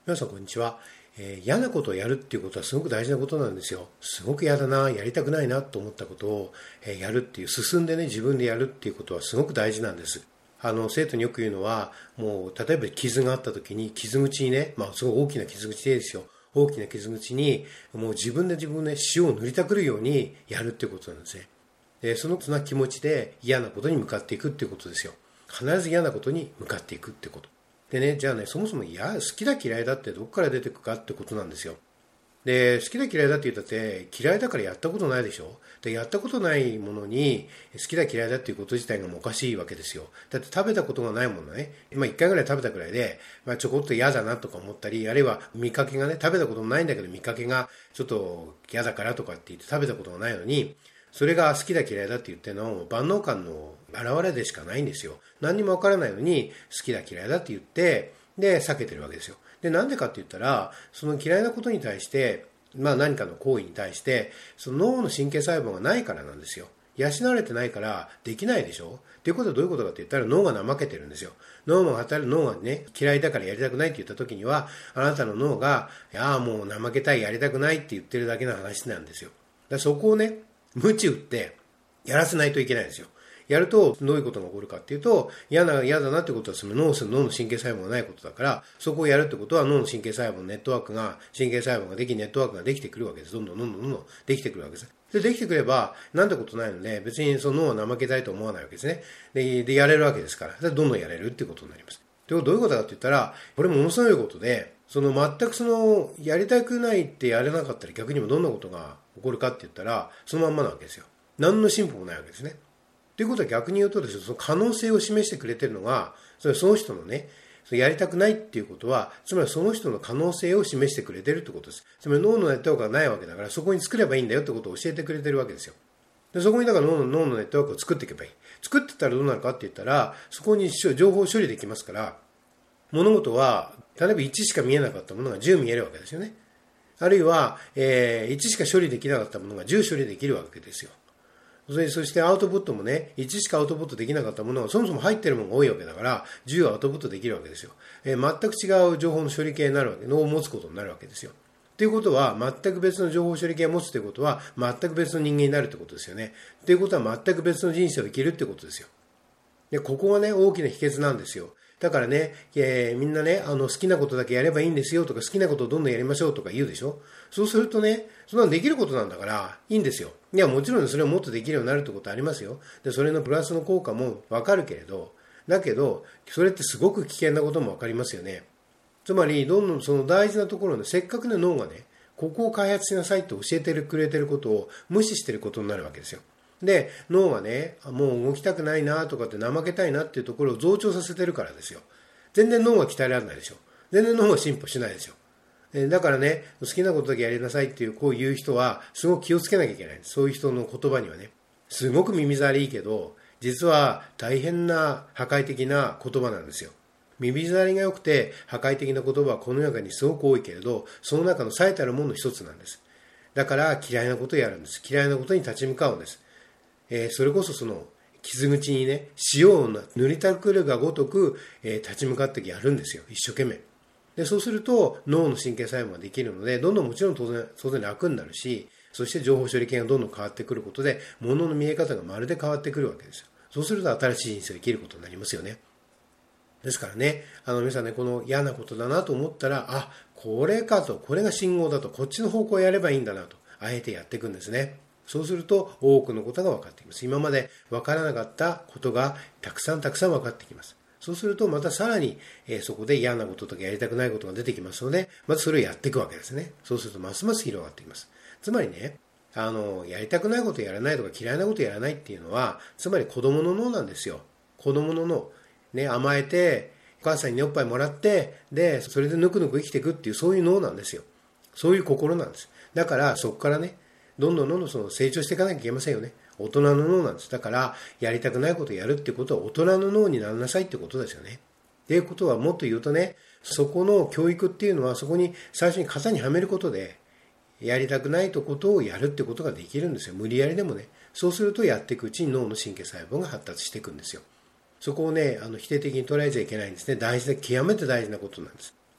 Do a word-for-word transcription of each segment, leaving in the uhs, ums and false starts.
皆さんこんにちは、えー、嫌なことをやるっていうことはすごく大事なことなんですよ。すごく嫌だな、やりたくないなと思ったことを、えー、やるっていう、進んでね、自分でやるっていうことはすごく大事なんです。あの生徒によく言うのは、もう例えば傷があった時に傷口にね、まあすごい大きな傷口でいいですよ。大きな傷口にもう自分で自分で塩を塗りたくるようにやるっていうことなんですね。でそのその気持ちで嫌なことに向かっていくっていうことですよ。必ず嫌なことに向かっていくってことでね、じゃあね、そもそも嫌、好きだ嫌いだってどこから出てくかってことなんですよ。で、好きだ嫌いだって言ったって嫌いだからやったことないでしょ。で、やったことないものに好きだ嫌いだっていうこと自体がもうおかしいわけですよ。だって食べたことがないものね、まあ一回ぐらい食べたくらいで、まあちょこっと嫌だなとか思ったり、あるいは見かけがね、食べたこともないんだけど見かけがちょっと嫌だからとかって言って食べたことがないのに、それが好きだ嫌いだって言っての万能感の表れでしかないんですよ。何にもわからないのに好きだ嫌いだって言ってで避けてるわけですよ。でなんでかって言ったら、その嫌いなことに対して、まあ何かの行為に対してその脳の神経細胞がないからなんですよ。養われてないからできないでしょ。っていうことはどういうことかって言ったら、脳が怠けてるんですよ。脳も働く、脳がね、嫌いだからやりたくないって言った時には、あなたの脳が、いやもう怠けたい、やりたくないって言ってるだけの話なんですよ。だからそこをね、鞭打ってやらせないといけないんですよ。やるとどういうことが起こるかっていうと、嫌な嫌だなってことはその脳脳の神経細胞がないことだから、そこをやるってことは脳の神経細胞のネットワークが神経細胞ができネットワークができてくるわけです。どんどんどんどんどんどんできてくるわけです。でできてくればなんてことないので、別にその脳を怠けたいと思わないわけですね。ででやれるわけですから、でどんどんやれるってことになります。でどういうことかって言ったら、これものすごいことで、その全くそのやりたくないってやれなかったら逆にもどんなことが起こるかって言ったら、そのまんまなわけですよ。何の進歩もないわけですね。ということは逆に言うとですね、その可能性を示してくれてるのが、それその人のね、やりたくないっていうことは、つまりその人の可能性を示してくれてるってことです。つまり脳のネットワークがないわけだから、そこに作ればいいんだよってことを教えてくれてるわけですよ。でそこにだから脳の脳のネットワークを作っていけばいい。作っていったらどうなるかって言ったら、そこに情報処理できますから、物事は例えばいちしか見えなかったものがじゅう見えるわけですよね。あるいは、えー、いちしか処理できなかったものがじゅう処理できるわけですよ。そしてアウトプットもね、いちしかアウトプットできなかったものがそもそも入ってるものが多いわけだから、じゅうアウトプットできるわけですよ。えー、全く違う情報の処理系になるわけ、脳を持つことになるわけですよ。ということは、全く別の情報処理系を持つということは、全く別の人間になるということですよね。ということは、全く別の人生を生きるということですよ。で、ここがね、大きな秘訣なんですよ。だからね、えー、みんなね、あの好きなことだけやればいいんですよとか、好きなことをどんどんやりましょうとか言うでしょ。そうするとね、そんなのできることなんだからいいんですよ。いや、もちろんそれをもっとできるようになるってことありますよ。で、それのプラスの効果もわかるけれど、だけど、それってすごく危険なこともわかりますよね。つまり、どんどんその大事なところで、せっかくね、脳がね、ここを開発しなさいって教えてくれてることを無視してることになるわけですよ。で、脳がね、もう動きたくないなとかって怠けたいなっていうところを増長させてるからですよ。全然脳が鍛えられないでしょ。全然脳が進歩しないですよ。だからね、好きなことだけやりなさいっていうこういう人はすごく気をつけなきゃいけない。そういう人の言葉にはね、すごく耳障りいいけど、実は大変な破壊的な言葉なんですよ。耳障りが良くて破壊的な言葉はこの中にすごく多いけれど、その中の最たるものの一つなんです。だから嫌いなことをやるんです。嫌いなことに立ち向かうんです。えー、それこそその傷口にね、塩を塗りたくるがごとく、えー、立ち向かってやるんですよ、一生懸命。でそうすると脳の神経細胞ができるので、どんどんもちろん当然当然楽になるし、そして情報処理系がどんどん変わってくることで、物の見え方がまるで変わってくるわけですよ。そうすると新しい人生を生きることになりますよね。ですからね、あの皆さんね、この嫌なことだなと思ったら、あ、これかと、これが信号だと、こっちの方向をやればいいんだなと、あえてやっていくんですね。そうすると多くのことが分かってきます。今まで分からなかったことがたくさんたくさん分かってきます。そうするとまたさらに、えー、そこで嫌なこととかやりたくないことが出てきますので、まずそれをやっていくわけですね。そうするとますます広がってきます。つまりね、あのやりたくないことをやらないとか嫌いなことをやらないっていうのは、つまり子供の脳なんですよ。子供の脳、ね、甘えてお母さんにおっぱいもらって、でそれでぬくぬく生きていくっていう、そういう脳なんですよ。そういう心なんです。だからそこからね、どんどんどんどんその成長していかなきゃいけませんよね。大人の脳なんです。だからやりたくないことをやるっていうことは大人の脳になりなさいってことですよね。っていうことは、もっと言うとね、そこの教育っていうのは、そこに最初に型にはめることで、やりたくないことをやるってことができるんですよ。無理やりでもね。そうするとやっていくうちに脳の神経細胞が発達していくんですよ。そこをね、あの否定的に捉えちゃいけないんですね。大事で、極めて大事なことなんです。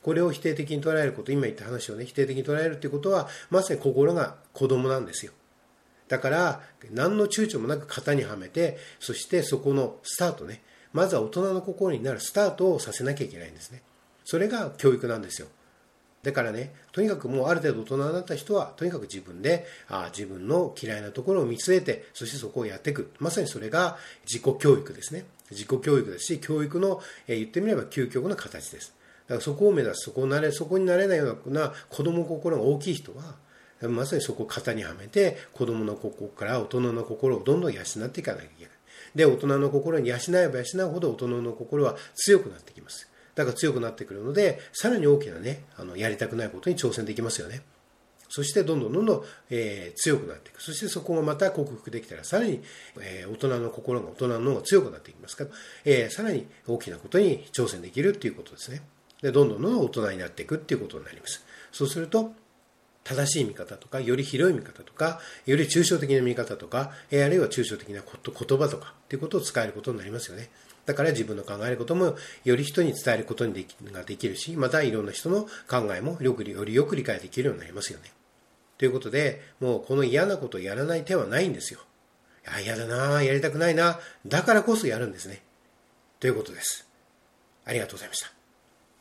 これを否定的に捉えること、今言った話をね、否定的に捉えるっていうことは、まさに心が子供なんですよ。だから、何の躊躇もなく型にはめて、そしてそこのスタートね、まずは大人の心になるスタートをさせなきゃいけないんですね。それが教育なんですよ。だからね、とにかくもうある程度大人になった人は、とにかく自分であ自分の嫌いなところを見据えて、そしてそこをやっていく。まさにそれが自己教育ですね。自己教育ですし、教育の、えー、言ってみれば究極の形です。だからそこを目指す、そこをなれ、そこになれないような子供の心が大きい人は、まさにそこを型にはめて、子供の心から大人の心をどんどん養っていかなきゃいけない。で、大人の心に養えば養うほど大人の心は強くなってきます。だから強くなってくるので、さらに大きなね、あの、やりたくないことに挑戦できますよね。そしてどんどんどんどん、えー、強くなっていく。そしてそこがまた克服できたら、さらに、えー、大人の心が大人の脳が強くなっていきますから、えー、さらに大きなことに挑戦できるっていうことですね。で、どんどんどんどん大人になっていくっていうことになります。そうすると、正しい見方とか、より広い見方とか、より抽象的な見方とか、あるいは抽象的な言葉とかっていうことを使えることになりますよね。だから自分の考えることもより人に伝えることにできができるし、またいろんな人の考えもよくよりよく理解できるようになりますよね。ということで、もうこの嫌なことをやらない手はないんですよ。あ、嫌だな、やりたくないな、だからこそやるんですね。ということです。ありがとうございました。